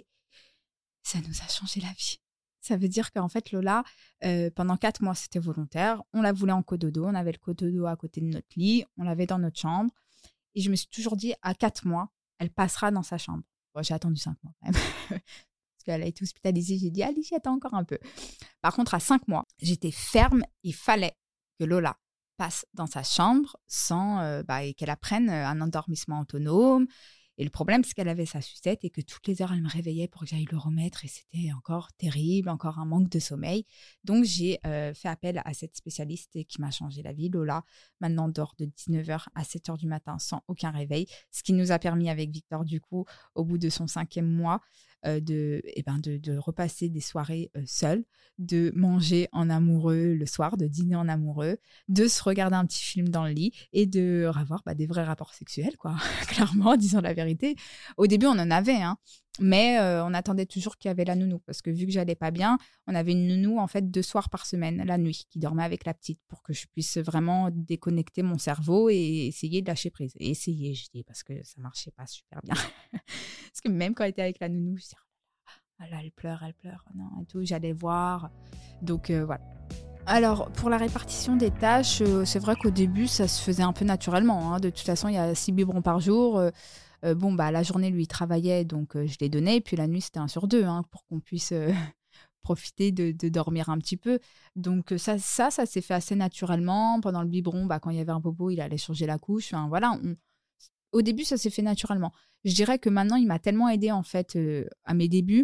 Ça nous a changé la vie. Ça veut dire qu'en fait, Lola, euh, pendant quatre mois, c'était volontaire. On la voulait en cododo. On avait le cododo à côté de notre lit. On l'avait dans notre chambre. Et je me suis toujours dit, à quatre mois, elle passera dans sa chambre. Bon, j'ai attendu cinq mois quand même. Parce qu'elle a été hospitalisée. J'ai dit, allez, j'y attends encore un peu. Par contre, à cinq mois, j'étais ferme. Il fallait que Lola passe dans sa chambre sans euh, bah, et qu'elle apprenne un endormissement autonome. Et le problème, c'est qu'elle avait sa sucette et que toutes les heures, elle me réveillait pour que j'aille le remettre. Et c'était encore terrible, encore un manque de sommeil. Donc, j'ai euh, fait appel à cette spécialiste qui m'a changé la vie. Lola, maintenant, dort de dix-neuf heures à sept heures du matin sans aucun réveil. Ce qui nous a permis avec Victor, du coup, au bout de son cinquième mois, euh, de, eh ben de, de repasser des soirées euh, seules, de manger en amoureux le soir, de dîner en amoureux, de se regarder un petit film dans le lit et de avoir bah, des vrais rapports sexuels, quoi. Clairement, disons la vérité. Au début, on en avait, hein, mais euh, on attendait toujours qu'il y avait la nounou parce que vu que j'allais pas bien, on avait une nounou en fait deux soirs par semaine, la nuit, qui dormait avec la petite pour que je puisse vraiment déconnecter mon cerveau et essayer de lâcher prise. Et essayer, je dis, parce que ça marchait pas super bien. Parce que même quand elle était avec la nounou, je disais, oh là, elle pleure, elle pleure, non, et tout, j'allais voir. Donc euh, voilà. Alors, pour la répartition des tâches, euh, c'est vrai qu'au début, ça se faisait un peu naturellement, hein. De toute façon, il y a six biberons par jour. Euh, euh, bon, bah, la journée, lui, il travaillait, donc euh, je les donnais. Et puis la nuit, c'était un sur deux, hein, pour qu'on puisse euh, profiter de, de dormir un petit peu. Donc ça, ça, ça s'est fait assez naturellement. Pendant le biberon, bah, quand il y avait un bobo, il allait changer la couche. Enfin, voilà, on... Au début, ça s'est fait naturellement. Je dirais que maintenant, il m'a tellement aidé en fait euh, à mes débuts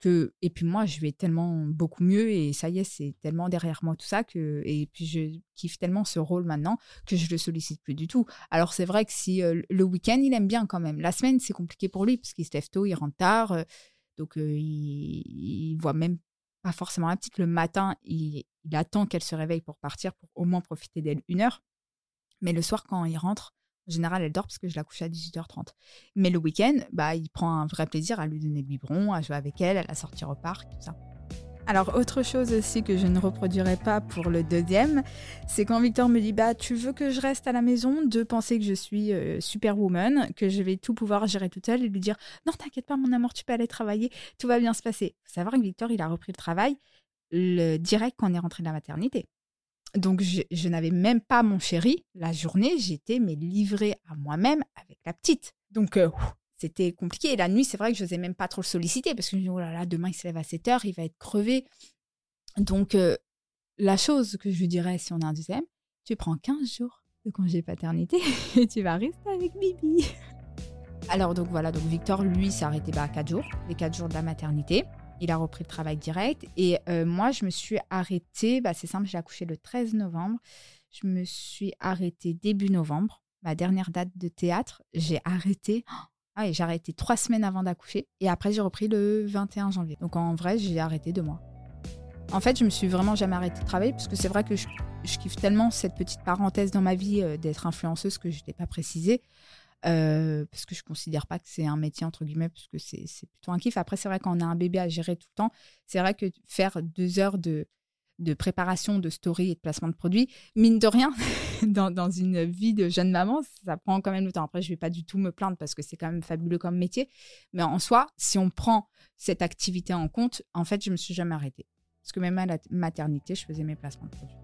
que, et puis moi, je vais tellement beaucoup mieux et ça y est, c'est tellement derrière moi tout ça que, et puis je kiffe tellement ce rôle maintenant que je le sollicite plus du tout. Alors c'est vrai que si euh, le week-end, il aime bien quand même. La semaine, c'est compliqué pour lui parce qu'il se lève tôt, il rentre tard, euh, donc euh, il, il voit même pas forcément la petite. Le matin, il, il attend qu'elle se réveille pour partir, pour au moins profiter d'elle une heure. Mais le soir, quand il rentre, en général, elle dort parce que je la couche à dix-huit heures trente. Mais le week-end, bah, il prend un vrai plaisir à lui donner le biberon, à jouer avec elle, à la sortir au parc, tout ça. Alors, autre chose aussi que je ne reproduirai pas pour le deuxième, c'est quand Victor me dit bah, « Tu veux que je reste à la maison ?» de penser que je suis euh, superwoman, que je vais tout pouvoir gérer toute seule et lui dire « Non, t'inquiète pas, mon amour, tu peux aller travailler, tout va bien se passer. » Il faut savoir que Victor, il a repris le travail le direct quand on est rentré de la maternité. Donc, je, je n'avais même pas mon chéri. La journée, j'étais mais livrée à moi-même avec la petite. Donc, euh, c'était compliqué. Et la nuit, c'est vrai que je n'osais même pas trop le solliciter parce que je me dis, oh là là, demain, il se lève à sept heures, il va être crevé. Donc, euh, la chose que je lui dirais si on a un deuxième, tu prends quinze jours de congé paternité et tu vas rester avec Bibi. Alors, donc voilà, donc Victor, lui, s'est arrêté bah, à quatre jours, les quatre jours de la maternité. Il a repris le travail direct. Et euh, moi, je me suis arrêtée, bah, c'est simple, j'ai accouché le treize novembre. Je me suis arrêtée début novembre, ma dernière date de théâtre. J'ai arrêté, ah oui, j'ai arrêté trois semaines avant d'accoucher. Et après, j'ai repris le vingt et un janvier. Donc en vrai, j'ai arrêté deux mois. En fait, je me suis vraiment jamais arrêtée de travailler parce que c'est vrai que je, je kiffe tellement cette petite parenthèse dans ma vie euh, d'être influenceuse que je ne l'ai pas précisé. Euh, parce que je ne considère pas que c'est un métier, entre guillemets, parce que c'est, c'est plutôt un kiff. Après, c'est vrai, quand on a un bébé à gérer tout le temps, c'est vrai que faire deux heures de, de préparation, de story et de placement de produits, mine de rien, dans, dans une vie de jeune maman, ça prend quand même le temps. Après, je ne vais pas du tout me plaindre parce que c'est quand même fabuleux comme métier. Mais en soi, si on prend cette activité en compte, en fait, je ne me suis jamais arrêtée. Parce que même à la maternité, je faisais mes placements de produits.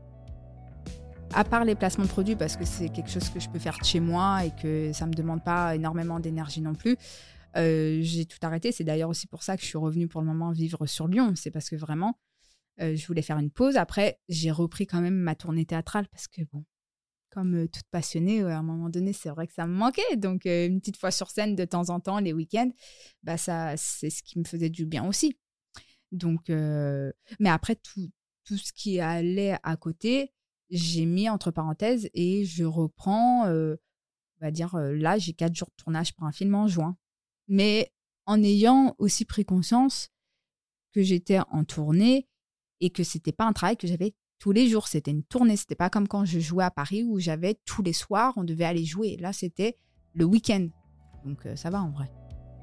À part les placements de produits, parce que c'est quelque chose que je peux faire de chez moi et que ça ne me demande pas énormément d'énergie non plus, euh, j'ai tout arrêté. C'est d'ailleurs aussi pour ça que je suis revenue pour le moment vivre sur Lyon. C'est parce que vraiment, euh, je voulais faire une pause. Après, j'ai repris quand même ma tournée théâtrale parce que, bon, comme euh, toute passionnée, euh, à un moment donné, c'est vrai que ça me manquait. Donc, euh, une petite fois sur scène de temps en temps, les week-ends, bah, ça, c'est ce qui me faisait du bien aussi. Donc, euh, mais après, tout, tout ce qui allait à côté, j'ai mis entre parenthèses et je reprends, euh, on va dire, euh, là, j'ai quatre jours de tournage pour un film en juin. Mais en ayant aussi pris conscience que j'étais en tournée et que c'était pas un travail que j'avais tous les jours. C'était une tournée. C'était pas comme quand je jouais à Paris où j'avais tous les soirs, on devait aller jouer. Là, c'était le week-end. Donc, euh, ça va en vrai.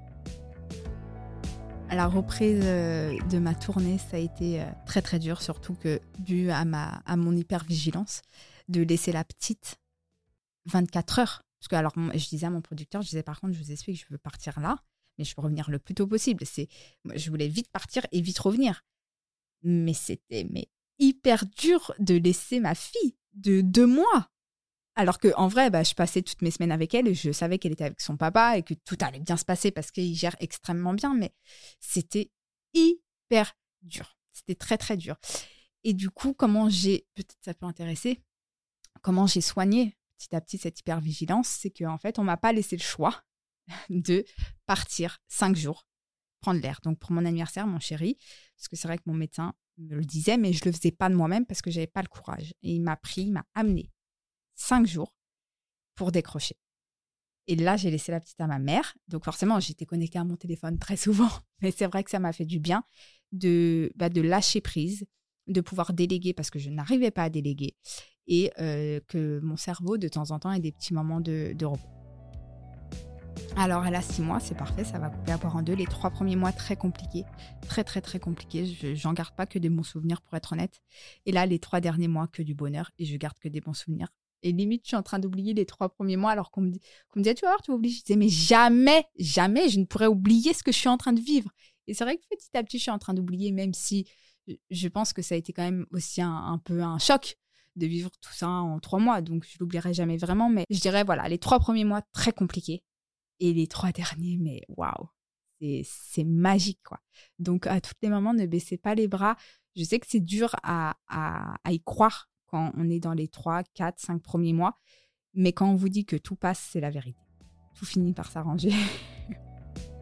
La reprise de ma tournée, ça a été très très dur, surtout que dû à, ma, à mon hypervigilance, de laisser la petite vingt-quatre heures. Parce que alors, je disais à mon producteur, je disais par contre, je vous explique, je veux partir là, mais je peux revenir le plus tôt possible. C'est, je voulais vite partir et vite revenir. Mais c'était mais, hyper dur de laisser ma fille de deux mois. Alors qu'en vrai, bah, je passais toutes mes semaines avec elle et je savais qu'elle était avec son papa et que tout allait bien se passer parce qu'il gère extrêmement bien. Mais c'était hyper dur. C'était très, très dur. Et du coup, comment j'ai, peut-être ça peut intéresser, comment j'ai soigné petit à petit cette hypervigilance, c'est qu'en fait, on ne m'a pas laissé le choix de partir cinq jours, prendre l'air. Donc, pour mon anniversaire, mon chéri, parce que c'est vrai que mon médecin me le disait, mais je ne le faisais pas de moi-même parce que je n'avais pas le courage. Et il m'a pris, il m'a amené cinq jours pour décrocher. Et là, j'ai laissé la petite à ma mère. Donc forcément, j'étais connectée à mon téléphone très souvent. Mais c'est vrai que ça m'a fait du bien de, bah, de lâcher prise, de pouvoir déléguer parce que je n'arrivais pas à déléguer. Et euh, que mon cerveau, de temps en temps, ait des petits moments de, de repos. Alors, elle a six mois, c'est parfait. Ça va couper à boire en deux. Les trois premiers mois, très compliqués. Très, très, très compliqués. Je, j'en garde pas que des bons souvenirs, pour être honnête. Et là, les trois derniers mois, que du bonheur. Et je garde que des bons souvenirs. Et limite, je suis en train d'oublier les trois premiers mois alors qu'on me, dit, qu'on me disait, tu vas voir, tu vas oublier. Je disais, mais jamais, jamais, je ne pourrais oublier ce que je suis en train de vivre. Et c'est vrai que petit à petit, je suis en train d'oublier, même si je pense que ça a été quand même aussi un, un peu un choc de vivre tout ça en trois mois. Donc, je ne l'oublierai jamais vraiment. Mais je dirais, voilà, les trois premiers mois, très compliqués. Et les trois derniers, mais waouh, c'est, c'est magique, quoi. Donc, à toutes les moments, ne baissez pas les bras. Je sais que c'est dur à, à, à y croire quand on est dans les trois, quatre, cinq premiers mois. Mais quand on vous dit que tout passe, c'est la vérité. Tout finit par s'arranger.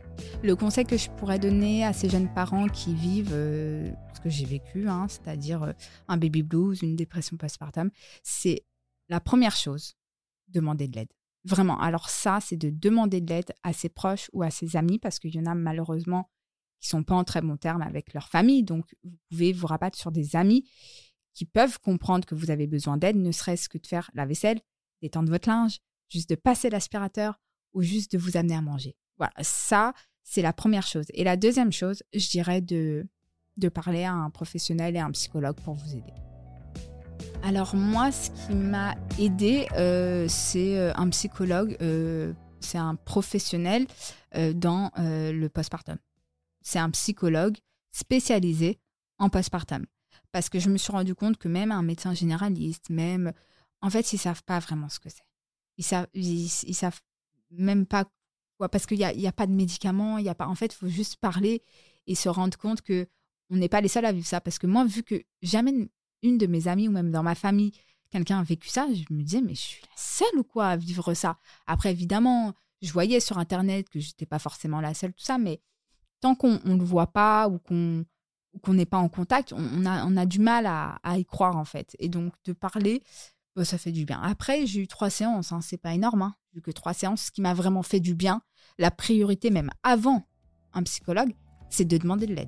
Le conseil que je pourrais donner à ces jeunes parents qui vivent euh, ce que j'ai vécu, hein, c'est-à-dire euh, un baby blues, une dépression postpartum, c'est la première chose, demander de l'aide. Vraiment. Alors ça, c'est de demander de l'aide à ses proches ou à ses amis, parce qu'il y en a malheureusement qui ne sont pas en très bon terme avec leur famille. Donc, vous pouvez vous rabattre sur des amis qui peuvent comprendre que vous avez besoin d'aide, ne serait-ce que de faire la vaisselle, d'étendre votre linge, juste de passer l'aspirateur ou juste de vous amener à manger. Voilà, ça, c'est la première chose. Et la deuxième chose, je dirais de, de parler à un professionnel et à un psychologue pour vous aider. Alors moi, ce qui m'a aidée, euh, c'est euh, un psychologue, euh, c'est un professionnel euh, dans euh, le postpartum. C'est un psychologue spécialisé en postpartum. Parce que je me suis rendu compte que même un médecin généraliste, même, en fait, ils ne savent pas vraiment ce que c'est. Ils savent, ils, ils savent même pas quoi, parce qu'il n'y a, il y a pas de médicaments, il y a pas, en fait, il faut juste parler et se rendre compte qu'on n'est pas les seuls à vivre ça. Parce que moi, vu que jamais une de mes amies ou même dans ma famille, quelqu'un a vécu ça, je me disais, mais je suis la seule ou quoi à vivre ça? Après, évidemment, je voyais sur Internet que je n'étais pas forcément la seule, tout ça, mais tant qu'on ne le voit pas ou qu'on qu'on n'est pas en contact, on, on, a, on a du mal à, à y croire, en fait. Et donc, de parler, bah, ça fait du bien. Après, j'ai eu trois séances, hein, c'est pas énorme, hein. J'ai eu que trois séances. Ce qui m'a vraiment fait du bien, la priorité même avant un psychologue, c'est de demander de l'aide.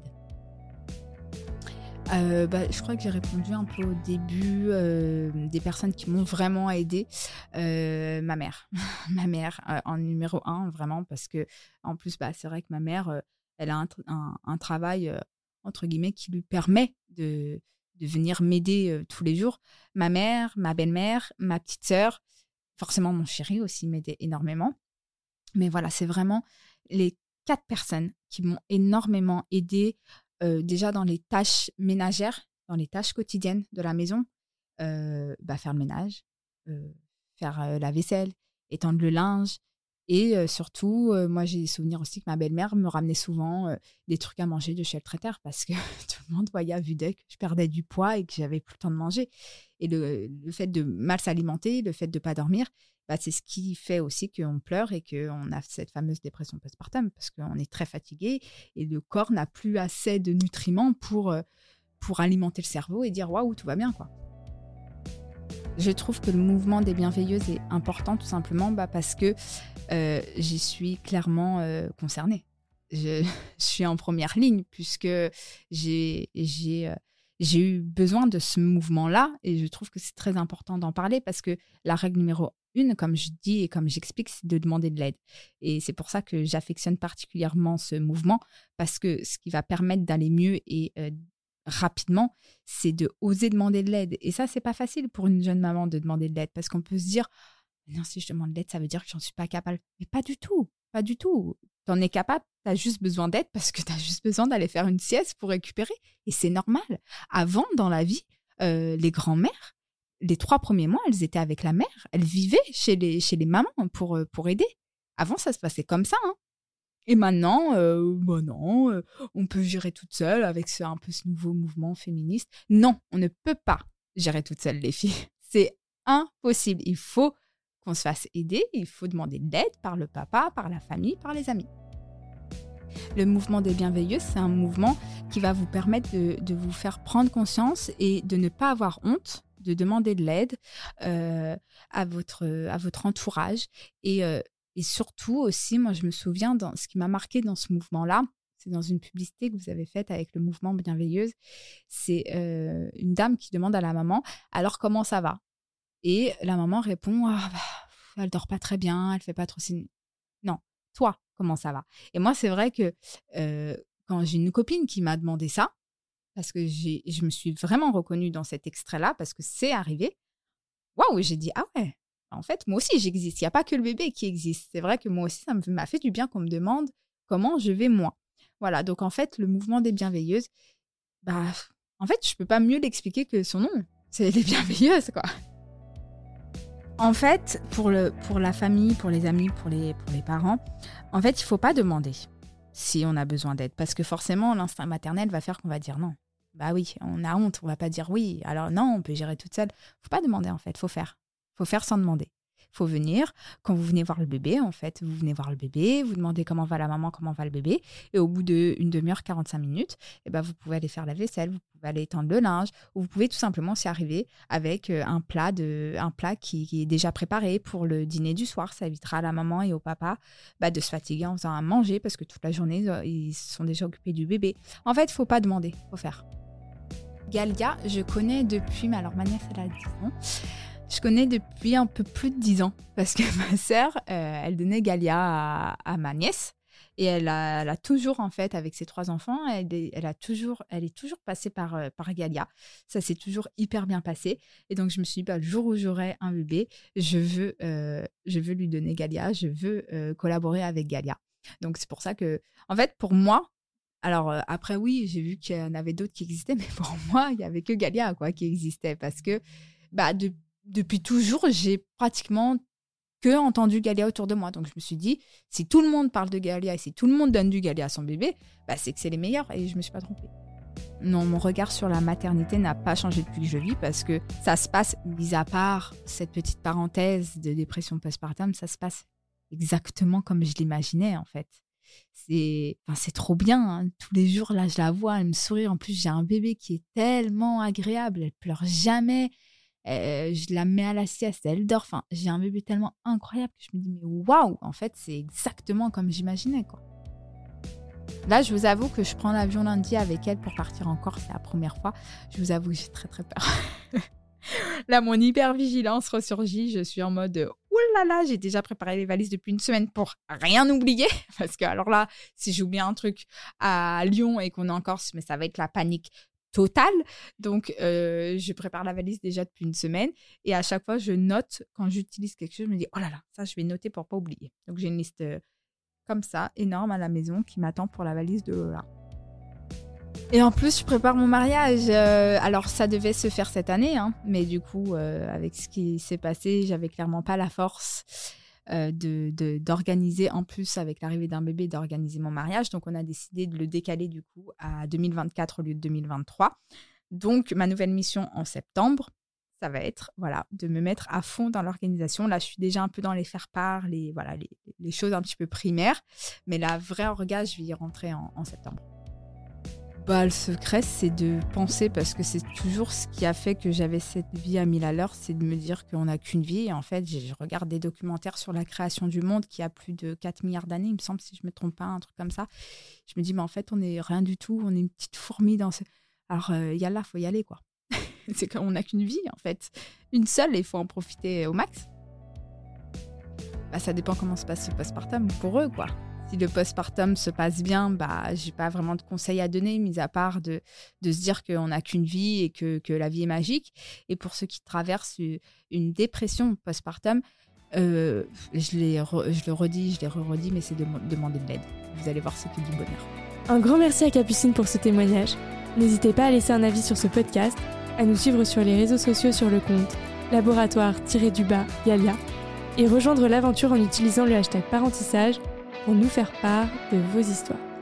Euh, bah, je crois que j'ai répondu un peu au début euh, des personnes qui m'ont vraiment aidée. Euh, ma mère, ma mère euh, en numéro un, vraiment, parce que en plus, bah, c'est vrai que ma mère, euh, elle a un, un, un travail euh, entre guillemets qui lui permet de, de venir m'aider euh, tous les jours. Ma mère, ma belle-mère, ma petite sœur, forcément mon chéri aussi m'aidait énormément. Mais voilà, c'est vraiment les quatre personnes qui m'ont énormément aidée. Euh, déjà dans les tâches ménagères, dans les tâches quotidiennes de la maison, euh, bah faire le ménage, euh, faire euh, la vaisselle, étendre le linge. Et euh, surtout, euh, moi j'ai des souvenirs aussi que ma belle-mère me ramenait souvent euh, des trucs à manger de chez le traiteur parce que tout le monde voyait à vue d'œil que je perdais du poids et que j'avais plus le temps de manger. Et le, le fait de mal s'alimenter, le fait de ne pas dormir, bah, c'est ce qui fait aussi qu'on pleure et qu'on a cette fameuse dépression postpartum parce qu'on est très fatigué et le corps n'a plus assez de nutriments pour, euh, pour alimenter le cerveau et dire « waouh, tout va bien ». quoi. Je trouve que le mouvement des bienveilleuses est important tout simplement bah, parce que euh, j'y suis clairement euh, concernée. Je, je suis en première ligne puisque j'ai, j'ai, euh, j'ai eu besoin de ce mouvement-là et je trouve que c'est très important d'en parler parce que la règle numéro une, comme je dis et comme j'explique, c'est de demander de l'aide. Et c'est pour ça que j'affectionne particulièrement ce mouvement parce que ce qui va permettre d'aller mieux et euh, rapidement, c'est de oser demander de l'aide. Et ça, c'est pas facile pour une jeune maman de demander de l'aide parce qu'on peut se dire non, si je demande de l'aide, ça veut dire que j'en suis pas capable. Mais pas du tout, pas du tout. T'en es capable, t'as juste besoin d'aide parce que t'as juste besoin d'aller faire une sieste pour récupérer. Et c'est normal. Avant, dans la vie, euh, les grands-mères, les trois premiers mois, elles étaient avec la mère. Elles vivaient chez les, chez les mamans pour, pour aider. Avant, ça se passait comme ça, hein. Et maintenant, euh, bah non, euh, on peut gérer toute seule avec ce, un peu ce nouveau mouvement féministe. Non, on ne peut pas gérer toute seule, les filles. C'est impossible. Il faut qu'on se fasse aider, il faut demander de l'aide par le papa, par la famille, par les amis. Le mouvement des bienveilleuses, c'est un mouvement qui va vous permettre de, de vous faire prendre conscience et de ne pas avoir honte de demander de l'aide euh, à, votre, à votre entourage. Et euh, Et surtout aussi, moi, je me souviens, dans, ce qui m'a marqué dans ce mouvement-là, c'est dans une publicité que vous avez faite avec le mouvement Bienveilleuse, c'est euh, une dame qui demande à la maman « Alors, comment ça va ?» Et la maman répond ah, bah, « Elle dort pas très bien, elle fait pas trop signe. » Non, toi, comment ça va? Et moi, c'est vrai que euh, quand j'ai une copine qui m'a demandé ça, parce que j'ai, je me suis vraiment reconnue dans cet extrait-là, parce que c'est arrivé, waouh, j'ai dit « Ah ouais !» En fait, moi aussi, j'existe. Il n'y a pas que le bébé qui existe. C'est vrai que moi aussi, ça m'a fait du bien qu'on me demande comment je vais moi. Voilà, donc en fait, le mouvement des bienveilleuses, bah, en fait, je ne peux pas mieux l'expliquer que son nom. C'est les bienveilleuses, quoi. En fait, pour, le, pour la famille, pour les amis, pour les, pour les parents, en fait, il ne faut pas demander si on a besoin d'aide. Parce que forcément, l'instinct maternel va faire qu'on va dire non. Bah oui, on a honte, on ne va pas dire oui. Alors non, on peut gérer toute seule. Il ne faut pas demander, en fait, il faut faire. Il faut faire sans demander. Il faut venir. Quand vous venez voir le bébé, en fait, vous venez voir le bébé, vous demandez comment va la maman, comment va le bébé. Et au bout d'une demi-heure, quarante-cinq minutes, eh ben, vous pouvez aller faire la vaisselle, vous pouvez aller étendre le linge, ou vous pouvez tout simplement s'y arriver avec un plat, de, un plat qui, qui est déjà préparé pour le dîner du soir. Ça évitera à la maman et au papa bah, de se fatiguer en faisant à manger parce que toute la journée, ils sont déjà occupés du bébé. En fait, il ne faut pas demander, il faut faire. Galia, je connais depuis, mais alors ma nièce, elle a dix ans. Je connais depuis un peu plus de dix ans parce que ma sœur, euh, elle donnait Galia à, à ma nièce et elle a, elle a toujours, en fait, avec ses trois enfants, elle, elle, a toujours, elle est toujours passée par, euh, par Galia. Ça s'est toujours hyper bien passé. Et donc, je me suis dit, bah, le jour où j'aurai un bébé, je veux, euh, je veux lui donner Galia, je veux euh, collaborer avec Galia. Donc, c'est pour ça que, en fait, pour moi, alors euh, après, oui, j'ai vu qu'il y en avait d'autres qui existaient, mais pour moi, il n'y avait que Galia quoi, qui existait parce que bah, de, depuis toujours, j'ai pratiquement que entendu Galia autour de moi. Donc, je me suis dit, si tout le monde parle de Galia et si tout le monde donne du Galia à son bébé, bah, c'est que c'est les meilleurs et je ne me suis pas trompée. Non, mon regard sur la maternité n'a pas changé depuis que je vis parce que ça se passe, mis à part cette petite parenthèse de dépression postpartum, ça se passe exactement comme je l'imaginais en fait. C'est, enfin, c'est trop bien, hein. Tous les jours, là, je la vois, elle me sourit. En plus, j'ai un bébé qui est tellement agréable, elle pleure jamais. Euh, je la mets à la sieste, elle dort. Enfin, j'ai un bébé tellement incroyable que je me dis, mais waouh, en fait, c'est exactement comme j'imaginais, quoi. Là, je vous avoue que je prends l'avion lundi avec elle pour partir en Corse, c'est la première fois. Je vous avoue que j'ai très, très peur. Là, mon hypervigilance ressurgit. Je suis en mode ouh là là, j'ai déjà préparé les valises depuis une semaine pour rien oublier. Parce que, alors là, si j'oublie un truc à Lyon et qu'on est en Corse, mais ça va être la panique totale. Donc, euh, je prépare la valise déjà depuis une semaine. Et à chaque fois, je note quand j'utilise quelque chose, je me dis oh là là, ça, je vais noter pour pas oublier. Donc, j'ai une liste euh, comme ça, énorme à la maison qui m'attend pour la valise de Lola. Et en plus, je prépare mon mariage. Euh, alors, ça devait se faire cette année, hein, mais du coup, euh, avec ce qui s'est passé, j'avais clairement pas la force euh, de, de, d'organiser, en plus, avec l'arrivée d'un bébé, d'organiser mon mariage. Donc, on a décidé de le décaler, du coup, à deux mille vingt-quatre au lieu de deux mille vingt-trois. Donc, ma nouvelle mission en septembre, ça va être, voilà, de me mettre à fond dans l'organisation. Là, je suis déjà un peu dans les faire-part, les, voilà, les, les choses un petit peu primaires. Mais la vraie orga, je vais y rentrer en, en septembre. Bah, le secret, c'est de penser, parce que c'est toujours ce qui a fait que j'avais cette vie à mille à l'heure, c'est de me dire qu'on n'a qu'une vie. Et en fait, je regarde des documentaires sur la création du monde qui a plus de quatre milliards d'années, il me semble, si je ne me trompe pas, un truc comme ça. Je me dis, mais en fait, on n'est rien du tout, on est une petite fourmi dans ce... Alors, euh, yallah, il faut y aller, quoi. C'est qu'on n'a qu'une vie, en fait. Une seule, et il faut en profiter au max. Bah, ça dépend comment se passe ce postpartum pour eux, quoi. Si le postpartum se passe bien, bah, je n'ai pas vraiment de conseils à donner, mis à part de, de se dire qu'on n'a qu'une vie et que, que la vie est magique. Et pour ceux qui traversent une dépression postpartum, euh, je, l'ai re, je le redis, je l'ai re-redit, mais c'est de demander de l'aide. Vous allez voir, c'est que du bonheur. Un grand merci à Capucine pour ce témoignage. N'hésitez pas à laisser un avis sur ce podcast, à nous suivre sur les réseaux sociaux sur le compte laboratoire-du-bas Galia et rejoindre l'aventure en utilisant le hashtag parentissage pour nous faire part de vos histoires.